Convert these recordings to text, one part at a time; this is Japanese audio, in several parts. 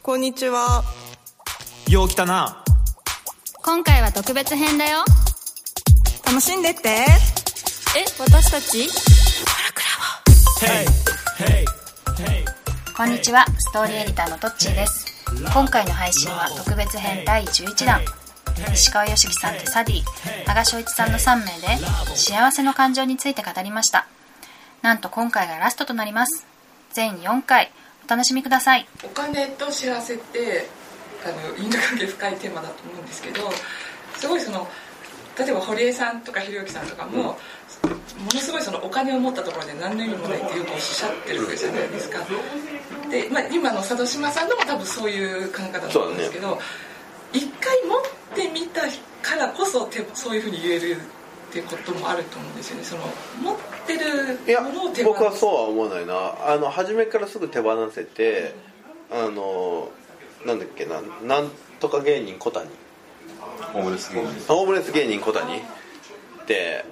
こんにちは。 よう来たな。 今回は特別編だよ。 楽しんでって。 私たちこんにちは、ストーリーエディターのトッチーです。今回の配信は特別編第11弾。石川良樹さんとサディ、羽賀翔一さんの3名で幸せの感情について語りました。なんと今回がラストとなります。全4回お楽しみください。 お金と幸せって因果関係深いテーマだと思うんですけど、すごい例えば堀江さんとかひろゆきさんとかも、ものすごいお金を持ったところで何の意味もないってよくおっしゃってるじゃないですか。で、今の佐渡島さんでも多分そういう考え方だと思うんですけど、一回持ってみたからこそそういうふうに言えるっていうこともあると思うんですよね。持ってるものを手放す。 僕はそうは思わないな。初めからすぐ手放せて、なんだっけな、なんとか芸人小谷、 ホームレス芸人小谷って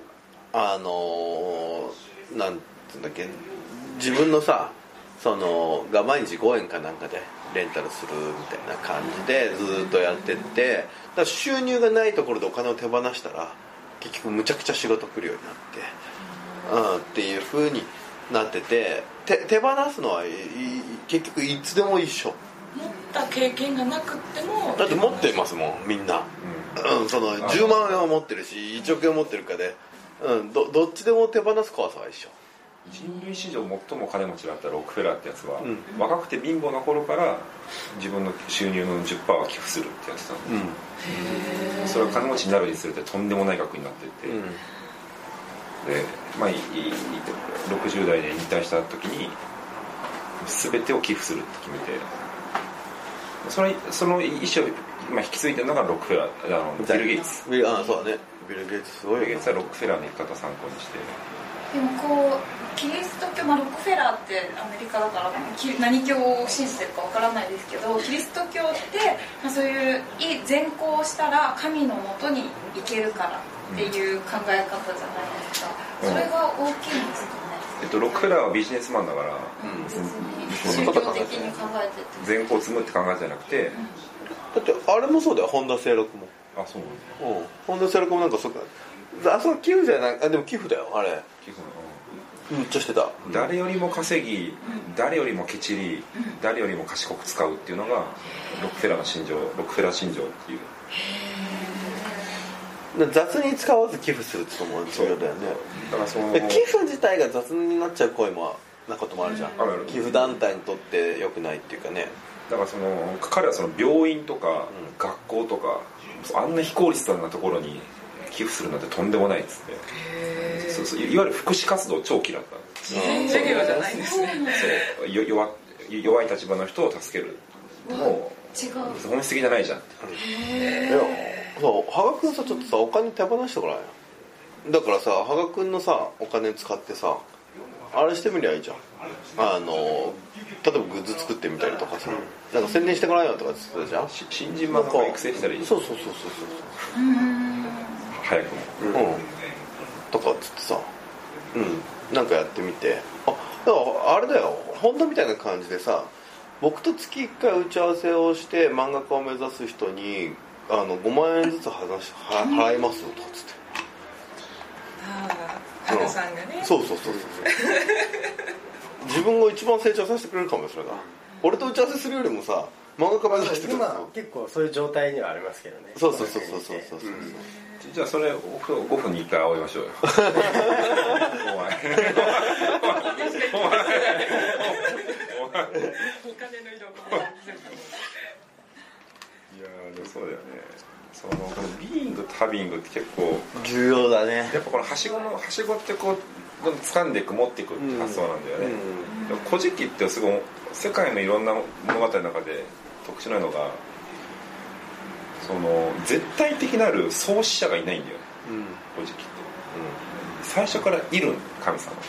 なんつうんだっけ、自分のさが毎日5円かなんかでレンタルするみたいな感じでずっとやってって、だから収入がないところでお金を手放したら結局むちゃくちゃ仕事来るようになって、っていう風になってて、手放すのは結局いつでも一緒。 持った経験がなくってもだって持ってますもんみんな、10万円は持ってるし1億円持ってるかで、どっちでも手放す怖さは一緒。 人類史上最も金持ちだったロックフェラーってやつは、若くて貧乏な頃から自分の収入の 10% は寄付するってやつなんで、それは金持ちになるにつれてとんでもない額になっていって、で、60代で引退した時に全てを寄付するって決めて、その意思を今引き継いでるのがロックフェラー、ビル・ゲイツ。 そうだね、ビル・ゲイツすごい。 ビル・ゲイツはロックフェラーの生き方を参考にして。 でもキリスト教、ロックフェラーってアメリカだから何教を信じてるかわからないですけど、キリスト教って、そういう善行をしたら神のもとに行けるからっていう考え方じゃないですか。それが大きいんですかね。 ロックフェラーはビジネスマンだから、 宗教的に考えてて善行を積むって考えてなくて、 だってあれもそうだよ、本田清六も。 あ、そうなんだ。 本田清六もなんかそこ寄付じゃない、でも寄付だよあれ。寄付めっちゃしてた。 誰よりも稼ぎ、誰よりもケチり、誰よりも賢く使うっていうのがロックフェラー信条っていう。 雑に使わず寄付するって思うんですよね。 だから寄付自体が雑になっちゃう声もなこともあるじゃん。寄付団体にとって良くないっていうかね。 だから彼は病院とか学校とか、あんな非効率なところに寄付するなんてとんでもないっつって、いわゆる福祉活動超嫌ったんです。 授業じゃないんですね。 弱い立場の人を助ける、もう本質的じゃないじゃん。 羽賀君さ、ちょっとさお金手放してごらんよ。だからさ、羽賀君のさお金使ってさあれしてみりゃいいじゃん。例えばグッズ作ってみたりとかさ、なんか宣伝してごらんよとかって言ってたじゃん。 新人漫画家育成したらいい。 そう早くも、 とかっつってさ、なんかやってみて、だからあれだよ、本当みたいな感じでさ、僕と月1回打ち合わせをして漫画家を目指す人に5万円ずつ払いますとかっつって、 羽賀さんがね、 そう自分が一番成長させてくれるかもよ、それが。俺と打ち合わせするよりもさ、漫画家目指してくれる。 今結構そういう状態にはありますけどね。 そうじゃあそれ5分に1回会いましょうよ。お前お金の色がいやでもそうだよね。このビーイングとハビングって結構重要だね。 やっぱこのはしごって掴んでいく、持っていくって発想なんだよね。古事記ってすごい世界のいろんな物語の中で特殊なのが、絶対的なる創始者がいないんだよね。古事記って、最初からいる神様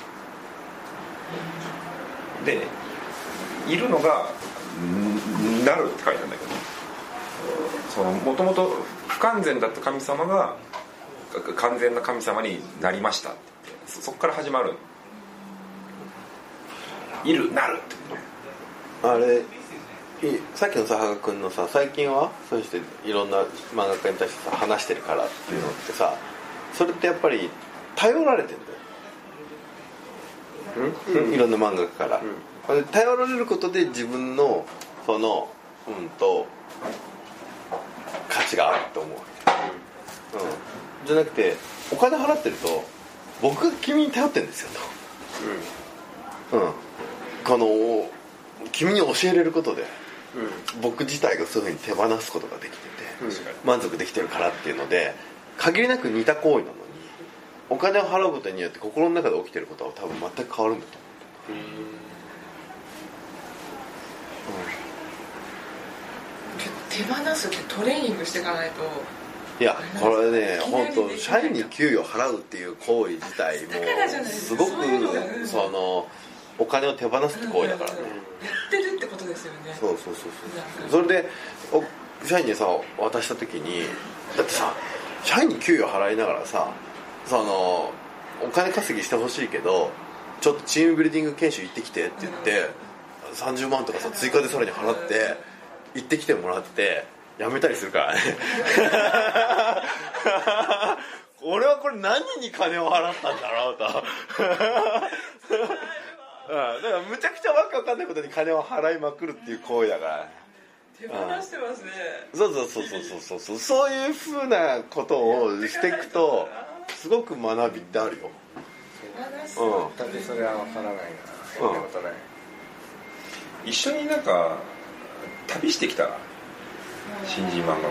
で、いるのがなるって書いてあるんだけど、もともと不完全だった神様が完全な神様になりましたって言って、そこから始まる。いるなるってあれさっきの佐賀君のさ、最近はそうしていろんな漫画家に対してさ話してるからっていうのってさ、それってやっぱり頼られてんだよ、いろんな漫画家から、頼られることで自分のその価値があると思う、じゃなくてお金払ってると僕が君に頼ってるんですよと、この君に教えれることで、僕自体がそういうふうに手放すことができてて、満足できてるからっていうので、限りなく似た行為なのにお金を払うことによって心の中で起きてることは多分全く変わるんだと思う。 手放すってトレーニングしていかないと。 いやこれね、本当社員に給与払うっていう行為自体もすごくそのお金を手放すって行為だからね。 やってるってことですよね。 そうそれで社員にさ渡した時に、だってさ社員に給与払いながらさ、そのお金稼ぎしてほしいけどちょっとチームビルディング研修行ってきてって言って、30万とかさ追加でさらに払って行ってきてもらってやめたりするからね俺はこれ何に金を払ったんだろうとだからむちゃくちゃわけわかんないことに金を払いまくるっていう行為だから、 手放してますね。 そういう風なことをしていくとすごく学びってあるよ。 だってそれは分からないな、変なことない。 一緒になんか旅してきた新人漫画家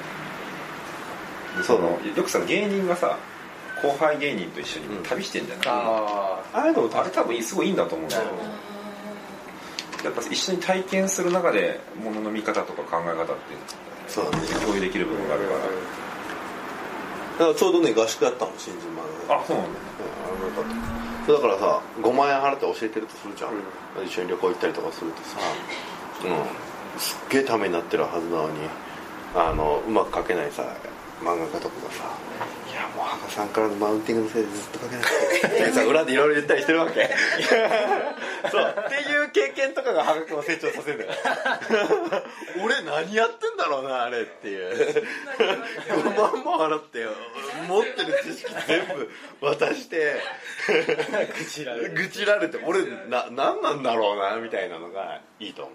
と、そのよくさ芸人がさ後輩芸人と一緒に旅してんじゃない、あれ多分すごいいいんだと思うんだよ、やっぱ一緒に体験する中で物の見方とか考え方ってそうだね、 共有できる部分があるから、 だからちょうどね合宿やったの新人漫画で。 あ、そうなんだ、 だからさ5万円払って教えてるとするじゃん、一緒に旅行行ったりとかするとさ、すっげえためになってるはずなのにうまく描けないさ漫画家とかがさ、いやもう羽賀さんからのマウンティングのせいでずっと描けなくてってさ裏でいろいろ言ったりしてるわけそうっていう経験とかが羽賀君を成長させるんだよ俺何やってんだろうなあれっていう5万も払って持ってる知識全部渡して愚痴られて俺何なんだろうなみたいなのがいいと思う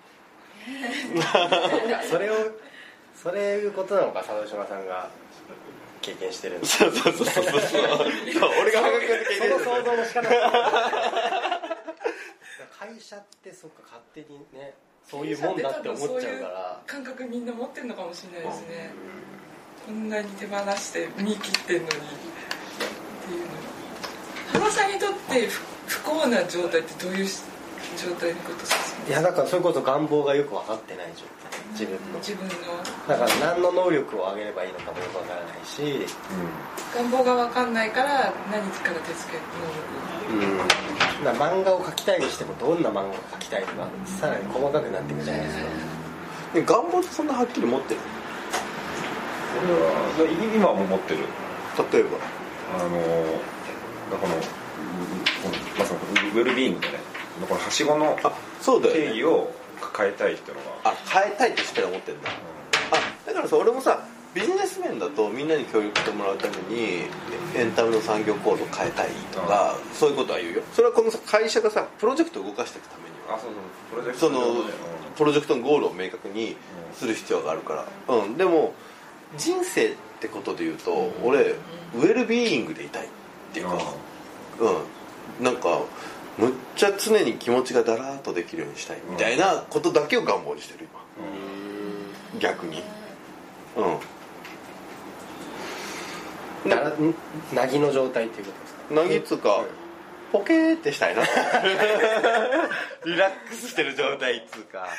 そういうことなのか、佐渡島さんが経験してるんだ。 そう俺が羽賀君の経験その想像も仕方ない会社ってそっか勝手にねそういうもんだって思っちゃうから、そういう感覚みんな持ってるのかもしれないですね、こんなに手放して見切ってんのにっていうの。羽賀さんにとって不幸な状態ってどういう状態のことですか？ いやだからそういうこと願望がよく分かってない状態、自分のだから何の能力を上げればいいのかもよく分からないし、 願望が分かんないから何から手付け能力、 だから漫画を描きたいにしてもどんな漫画を描きたいとかさらに細かくなっていくじゃないですか。 願望ってそんなはっきり持ってる？ 俺は今も持ってる。 例えばまさにウェルビーイングでね、このはしごの定義を変えたいっていうのが、 変えたいってしっかり思ってるんだ、だからさ俺もさビジネス面だとみんなに協力してもらうためにエンタメの産業構造を変えたいとか、そういうことは言うよ。それはこのさ会社がさプロジェクトを動かしていくためにはそのプロジェクトのゴールを明確にする必要があるから、でも人生ってことで言うと、俺ウェルビーイングでいたいっていうか、なんかむっちゃ常に気持ちがだらーっとできるようにしたいみたいなことだけを願望にしてる今、逆になぎの状態っていうことですか？ なぎっつうか、ポケーってしたいなリラックスしてる状態っつうか、 あん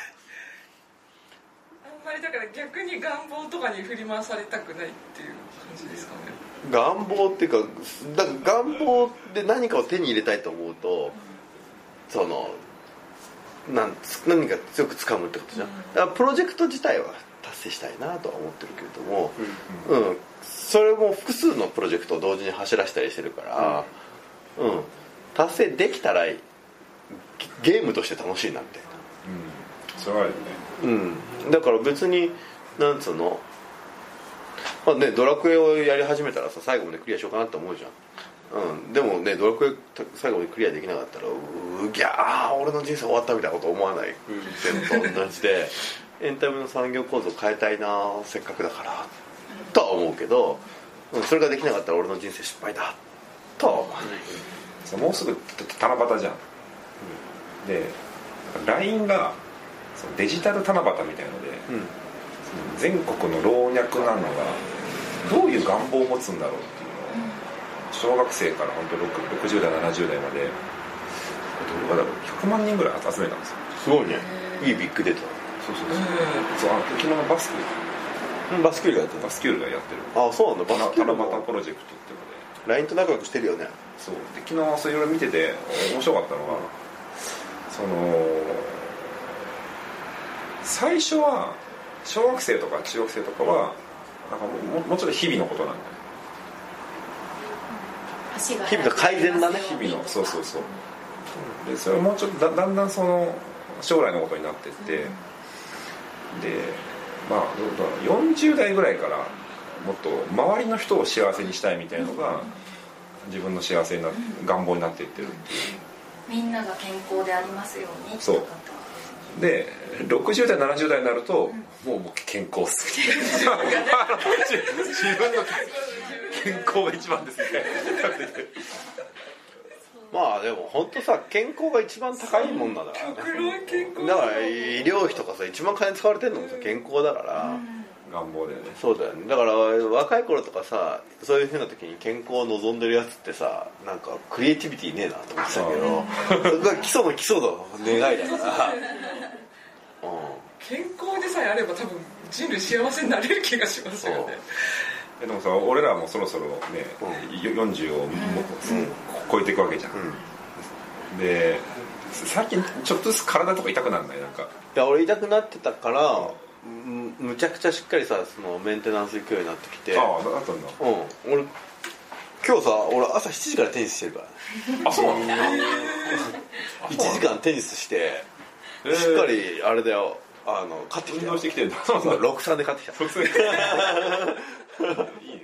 まりだから逆に願望とかに振り回されたくないっていう感じですかね。 願望っていうか、だから願望で何かを手に入れたいと思うと、その何か強く掴むってことじゃん、だからプロジェクト自体は達成したいなとは思ってるけれども、それも複数のプロジェクトを同時に走らせたりしてるから、達成できたらゲームとして楽しいなみたいな、 それはあるよね。 だから別になんつうの、まあね、ドラクエをやり始めたらさ最後までクリアしようかなって思うじゃん。でもねドラクエ最後までクリアできなかったらうぎゃー俺の人生終わったみたいなこと思わないってのと同じでエンタメの産業構造を変えたいなせっかくだからとは思うけど、それができなかったら俺の人生失敗だとは思わない。 もうすぐ七夕じゃん、で LINE がそのデジタル七夕みたいので、全国の老若男女がどういう願望を持つんだろうっていうのを小学生から本当60代70代までどれだろう100万人ぐらい集めたんですよ。 すごいね。いいビッグデータ。 そう昨日のバスキュールがやってる。バスキュールがやってる。 あ、そうなんだ。バスキュール七夕プロジェクトっていうので LINE と仲良くしてるよね。 そうで昨日それいろいろ見てて面白かったのが、その最初は小学生とか中学生とかはなんかもうちょっと日々のことなんだよ。 日々の改善だね。 日々のそうでそれをもうちょっとだんだんその将来のことになってって、でまあ40代ぐらいからもっと周りの人を幸せにしたいみたいのが自分の幸せな願望になっていってるっていう。 みんなが健康でありますように。 そうで60代70代になると、もう健康っすみたいな自分の健康が一番ですねまあでも本当さ健康が一番高いもんなんだからね。だから医療費とかさ一番金使われてるのもさ健康だから、 願望だよね。 そうだよね。だから若い頃とかさそういう風な時に健康を望んでるやつってさなんかクリエイティビティねえなと思ってたけどそれが基礎の基礎の願いだから健康でさえあれば多分人類幸せになれる気がしますよね。 でもさ俺らもそろそろね、40を超えていくわけじゃん、で最近ちょっとずつ体とか痛くならない？なんかいや俺痛くなってたからむちゃくちゃしっかりさそのメンテナンス行くようになってきて。 ああだったんだ。 俺今日さ俺朝7時からテニスしてるから。 あそうなんだ 1時間テニスしてしっかりあれだよ勝ってきたよ。 運動してきてるんだ。 6-3で勝ってきた。 6-3いいね。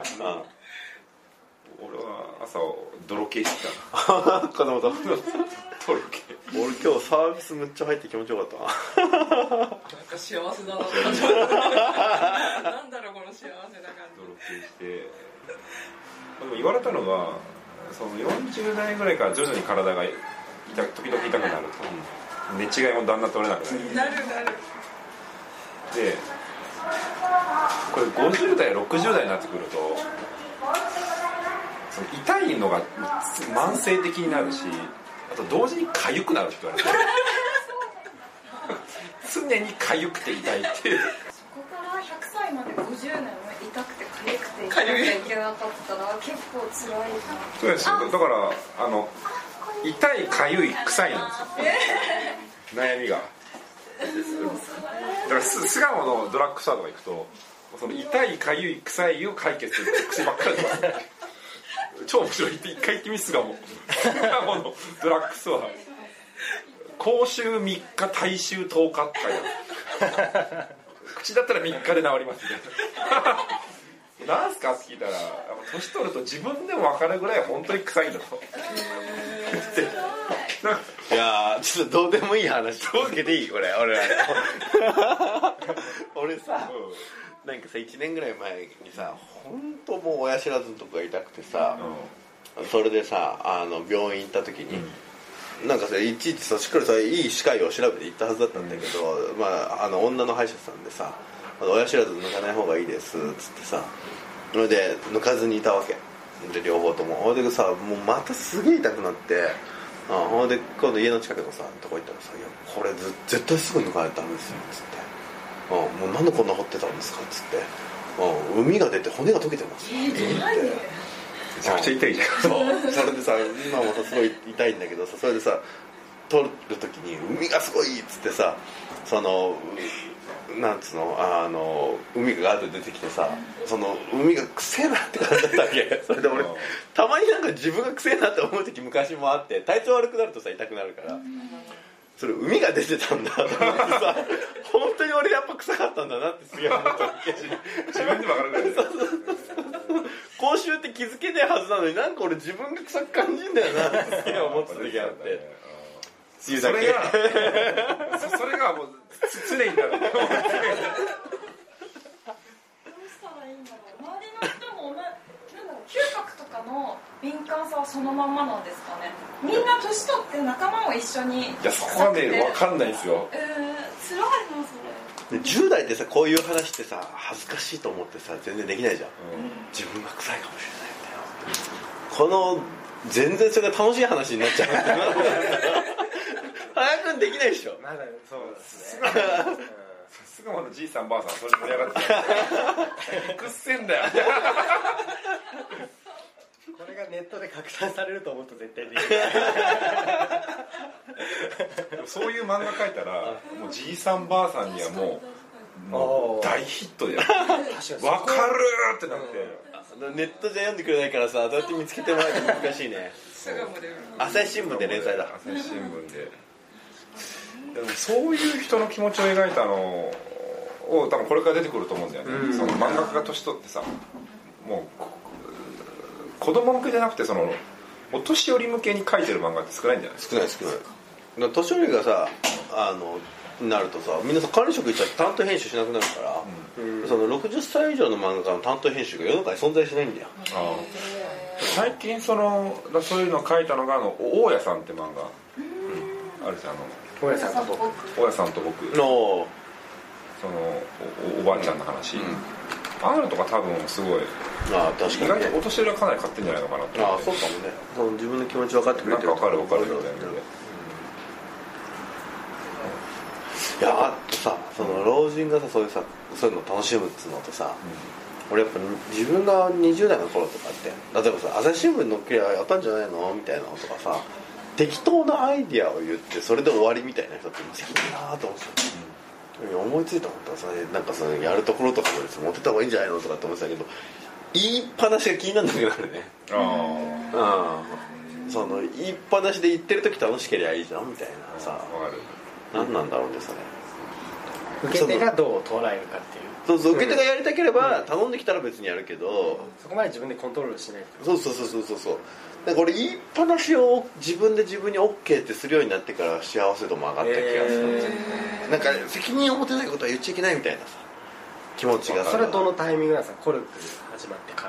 俺は朝泥系してたな。 子供と泥系。 俺今日サービスむっちゃ入って気持ちよかったな。 なんか幸せだなって感じ。なんだろうこの幸せな感じ。 泥系して。でも言われたのがその40代ぐらいから徐々に体が時々痛くなると、寝違いもだんだん取れなくなる。 なる。 でこれ50代60代になってくるとその痛いのが慢性的になるし、あと同時に痒くなるって言われて常に痒くて痛いっていう。 そこから100歳まで50年も痛くて痒くて痛くていけなかったら結構辛いな。 そうです。だから痛い痒い臭いなんですよ、悩みが。だから巣鴨のドラッグストアとか行くとその痛い痒い臭いを解決する薬ばっかりです超面白い。一回行ってみ巣鴨のドラッグストア口臭3日体臭10日って書いてある。口だったら3日で治りますみたいな。なんすかって聞いたら年取ると自分でも分かるぐらい本当に臭いんだと。 いやちょっとどうでもいい話続けていいこれ俺ら俺さ、なんかさ1年ぐらい前にさ本当もう親知らずのとこが痛くてさ、それでさ病院行った時に、なんかさいちいちさしっかりさいい歯科医を調べて行ったはずだったんだけど、女の歯医者さんでさ親知らず抜かない方がいいですっつってさ、それで抜かずにいたわけで両方とも。それでさもうまたすげえ痛くなって、ほんで今度家の近くのさとこ行ったらさ「いやこれ絶対すぐ抜かないとダメですよ」っつって「もうなんでこんな掘ってたんですか」っつって「膿が出て骨が溶けてます」って言って。 めちゃくちゃ痛いじゃん。 そうそれでさ今もさすごい痛いんだけどさ、それでさ取る時に膿がすごいっつってさそのなんつうの膿がガーッと出てきてさ、その膿がくせえなって感じだったわけ。それで俺たまになんか自分がくせえなって思う時昔もあって、体調悪くなるとさ痛くなるから、 それ海が出てたんだと思ってさ本当に俺やっぱ臭かったんだなってすげえ思ったわけ自分で分かるぐらいで口臭って気づけないはずなのになんか俺自分が臭く感じんだよなってすげえ思ってた時があってそれがもう常になるどうしたらいいんだろう。周りの人もなんだろう、嗅覚とかの敏感さはそのまんまなんですかね。みんな年取って仲間も一緒に。 いやそこはね分かんないんですよ。 辛いなそれ。 で10代ってさこういう話ってさ恥ずかしいと思ってさ全然できないじゃん、自分が臭いかもしれないみたいなこの全然それが楽しい話になっちゃう早くできないでしょ。 まだそうですね巣鴨のじいさんばあさんそれ盛り上がってくっせんだよこれがネットで拡散されると思うと絶対できないそういう漫画描いたらもうじいさんばあさんにはもう大ヒットで分かるってなってネットじゃ読んでくれないからさどうやって見つけてもらえるか難しいね朝日新聞で連載だ。 朝日新聞ででもそういう人の気持ちを描いたのを多分これから出てくると思うんだよね、その漫画家が年取ってさもう子供向けじゃなくてそのお年寄り向けに描いてる漫画って少ないんじゃない？ 少ない年寄りがさなるとさみんなさ管理職行っちゃって担当編集しなくなるから、その60歳以上の漫画家の担当編集が世の中に存在しないんだよ。 最近そういうのを書いたのが大家さんって漫画、あるじゃん大家さんと僕のその おばあちゃんの話、あるとか多分すごい確かに、ね、 意外とお年寄りはかなり買ってんじゃないのかなって。 そうかもね。その自分の気持ち分かってくれてるなんか分かるみたいな、 いやあとさその老人がさそういうのを楽しむっつうのとさ、俺やっぱ自分が20代の頃とかって例えばさ朝日新聞載っけりゃやったんじゃないのみたいなのとかさ適当なアイディアを言ってそれで終わりみたいな人って無責任だなと思ってた、思いついたことはさなんかそのやるところとかも持ってた方がいいんじゃないのとかって思ってたけど言いっぱなしが気になるんだけどね。その言いっぱなしで言ってる時楽しければいいじゃんみたいなさ、何なんだろうねそれ。 受け手がどう捉えるかっていう。 そう受け手がやりたければ頼んできたら別にやるけど、 そこまで自分でコントロールしないと。 そうだから俺言いっぱなしを自分で自分に OK ってするようになってから幸せ度も上がった気がする、なんか責任を持てないことは言っちゃいけないみたいなさ気持ちが。 それどのタイミングなんですか？コルク始まってから。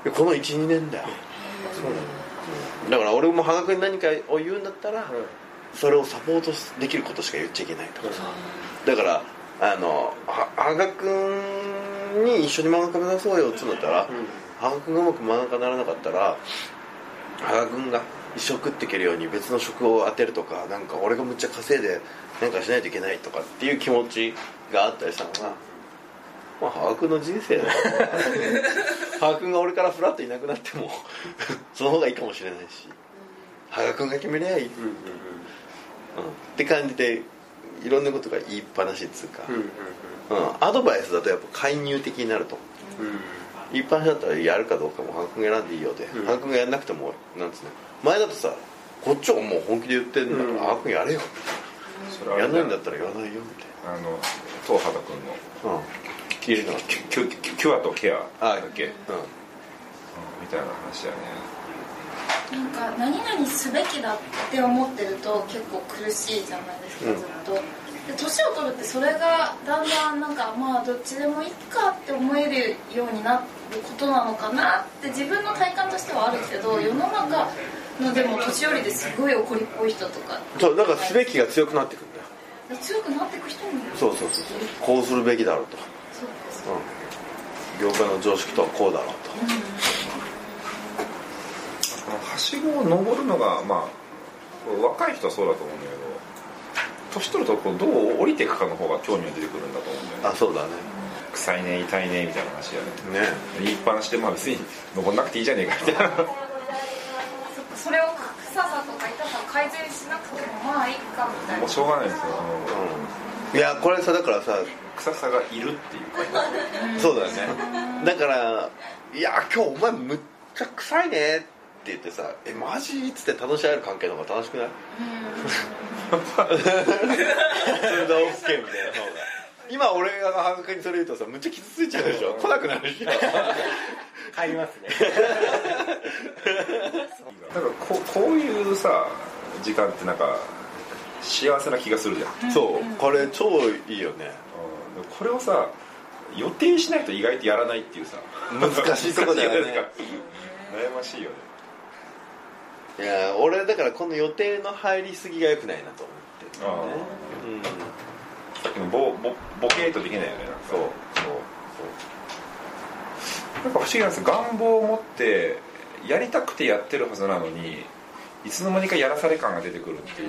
この 1,2 年だよ。だから俺も羽賀君に何かを言うんだったら、それをサポートできることしか言っちゃいけないとかさ、だから羽賀君に一緒に漫画家目指そうよっつうんだったら、羽賀君がうまく漫画家にならなかったら羽賀君が一生食っていけるように別の職を当てるとか、なんか俺がむっちゃ稼いでなんかしないといけないとかっていう気持ちがあったりしたのが、まあ羽賀君の人生だよ羽賀君が俺からフラッといなくなってもその方がいいかもしれないし、羽賀君が決めりゃいい、って感じでいろんなことが言いっぱなしっつうか、アドバイスだとやっぱ介入的になると、言いっぱなしだったらやるかどうかも羽賀君が選んでいいよで、羽賀君がやんなくてもなんつうの、前だとさこっちはもう本気で言ってんだから羽賀君やれよ、やんないんだったら言わないよみたいな。 東畑君のキュアとケアだっけ、みたいな話だよね。 なんか何々すべきだって思ってると結構苦しいじゃないですか、ずっと。で年を取るってそれがだんだんなんかまあどっちでもいいかって思えるようになることなのかなって自分の体感としてはあるけど、世の中のでも年寄りですごい怒りっぽい人とかそうなんかすべきが強くなってくるんだよ。 強くなっていく人もいる。 そうこうするべきだろうと、業界の常識とはこうだろうと、 はしごを登るのがまあ若い人はそうだと思うんだけど、年取るとどう降りていくかの方が興味が出てくるんだと思うんだよね。 そうだね。 臭いね痛いねみたいな話やね。 言いっぱなしでまあ別に登んなくていいじゃねえかみたいなそれを臭さとか痛さを改善しなくてもまあいいかみたいな。 もうしょうがないですよ。 いやこれさだからさ臭さがいるっていうそうだよね。だからいや今日お前むっちゃ臭いねって言ってさマジっつって楽し合える関係の方が楽しくない？ それで OK みたいな方が今俺が半額にそれ言うとさむっちゃ傷ついちゃうでしょ。来なくなるし帰りますねなんかこういうさ時間ってなんか幸せな気がするじゃん。 そうこれ超いいよね。 これをさ予定しないと意外とやらないっていうさ難しいとこだよね悩ましいよね。 いや俺だからこの予定の入りすぎが良くないなと思ってるんだよね。 さっきのボケーとできないよね。そうなんか不思議なんですよ。願望を持ってやりたくてやってるはずなのにいつの間にかやらされ感が出てくるっていう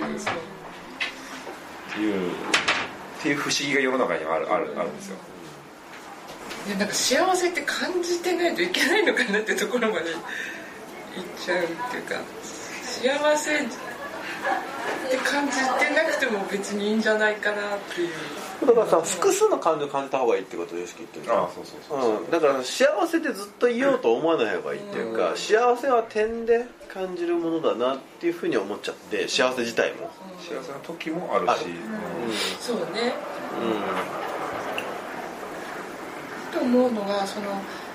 不思議が世の中にはあるんですよ。 なんか幸せって感じてないといけないのかなってところまでいっちゃうっていうか、幸せって感じてなくても別にいいんじゃないかなっていう。 だからさ複数の感情を感じた方がいいってことをよしき言ってる。そうだから幸せってずっといようと思わない方がいいっていうか、幸せは点で感じるものだなっていうふうに思っちゃって、幸せ自体も幸せな時もあるし、 そうね、と思うのがその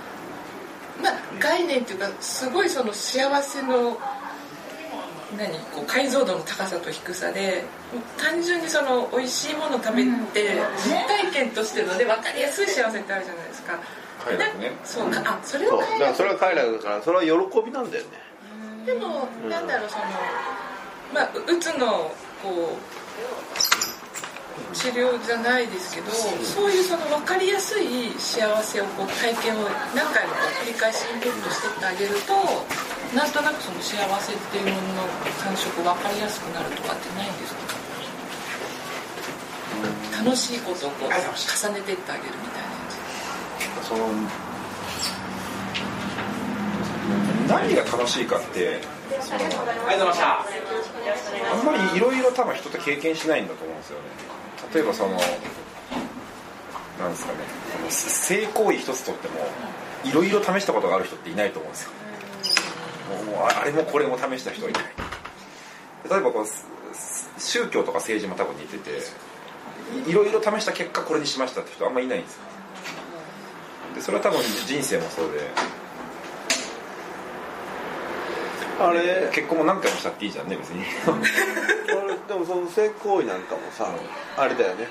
概念っていうかすごいその幸せのこう解像度の高さと低さで単純にその美味しいものを食べて実体験としてので分かりやすい幸せってあるじゃないですか。 快楽ね。 そうか、それは快楽。 だからそれは快楽だからそれは喜びなんだよね。 でもなんだろうそのうつのこう治療じゃないですけど、そういうその分かりやすい幸せをこう体験を何回も繰り返しインプットしてってあげると、なんとなくその幸せっていうものの感触分かりやすくなるとかってないんですか？楽しいことをこう重ねてってあげるみたいなやつ。 その何が楽しいかってあんまりいろいろ多分人って経験しないんだと思うんですよね。例えばそのなんですかね、性行為一つとってもいろいろ試したことがある人っていないと思うんですよ。もうあれもこれも試した人はいない。例えばこう宗教とか政治も多分似てて、いろいろ試した結果これにしましたって人あんまりいないんですよ。でそれは多分人生もそうで、 あれ結婚も何回もしたっていいじゃんね別にでもその性行為なんかもさ、あれだよね、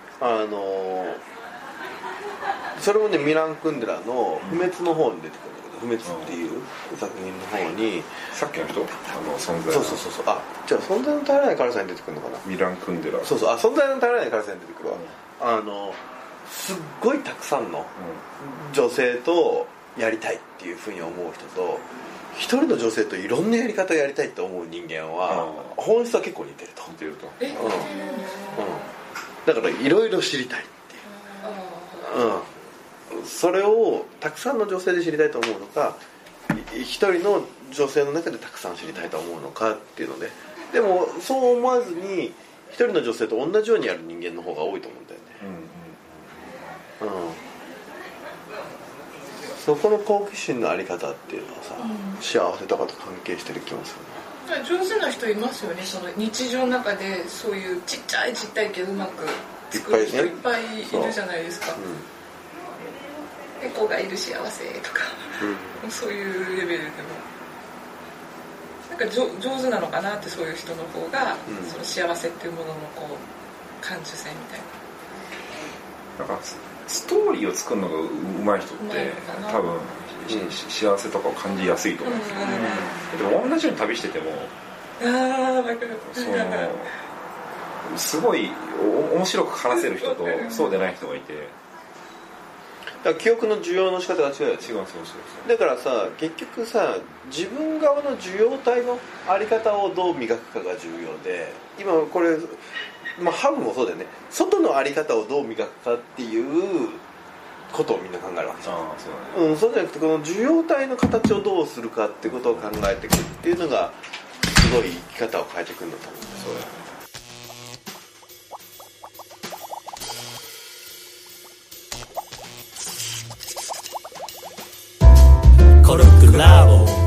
それもねミラン・クンデラの不滅の方に出てくるんだけど、不滅っていう作品の方にさっきの人存在そうじゃあ存在の絶えらない辛さに出てくるのかな。 ミラン・クンデラ存在の絶えらない辛さに出てくるわ。すっごいたくさんの女性とやりたいっていうふうに思う人と、一人の女性といろんなやり方をやりたいと思う人間は本質は結構似てると。だからいろいろ知りたいっていう、それをたくさんの女性で知りたいと思うのか、一人の女性の中でたくさん知りたいと思うのかっていうので、でもそう思わずに一人の女性と同じようにやる人間の方が多いと思うんだよね。そこの好奇心のあり方っていうのはさ、幸せとかと関係してる気もするね。 上手な人いますよね。その日常の中でそういうちっちゃい実体験うまく作る人いっぱいいるじゃないですか。猫がいる幸せとか、そういうレベルでもなんか上手なのかなって、そういう人の方が、その幸せっていうもののこう感受性みたいな。 なんかストーリーを作るのが上手い人って多分、幸せとかを感じやすいと思うんですよ。でも同じように旅しててもすごい面白く話せる人とそうでない人がいて、 だから記憶の需要の仕方が違うよね。だからさ、結局さ、自分側の受容体のあり方をどう磨くかが重要で、今これハブもそうだよね。外のあり方をどう磨くかっていうことをみんな考えるわけじゃん。そうじゃなくて、この受容体の形をどうするかってことを考えていくっていうのがすごい生き方を変えていくんだと思うんですよ。 コルクラボ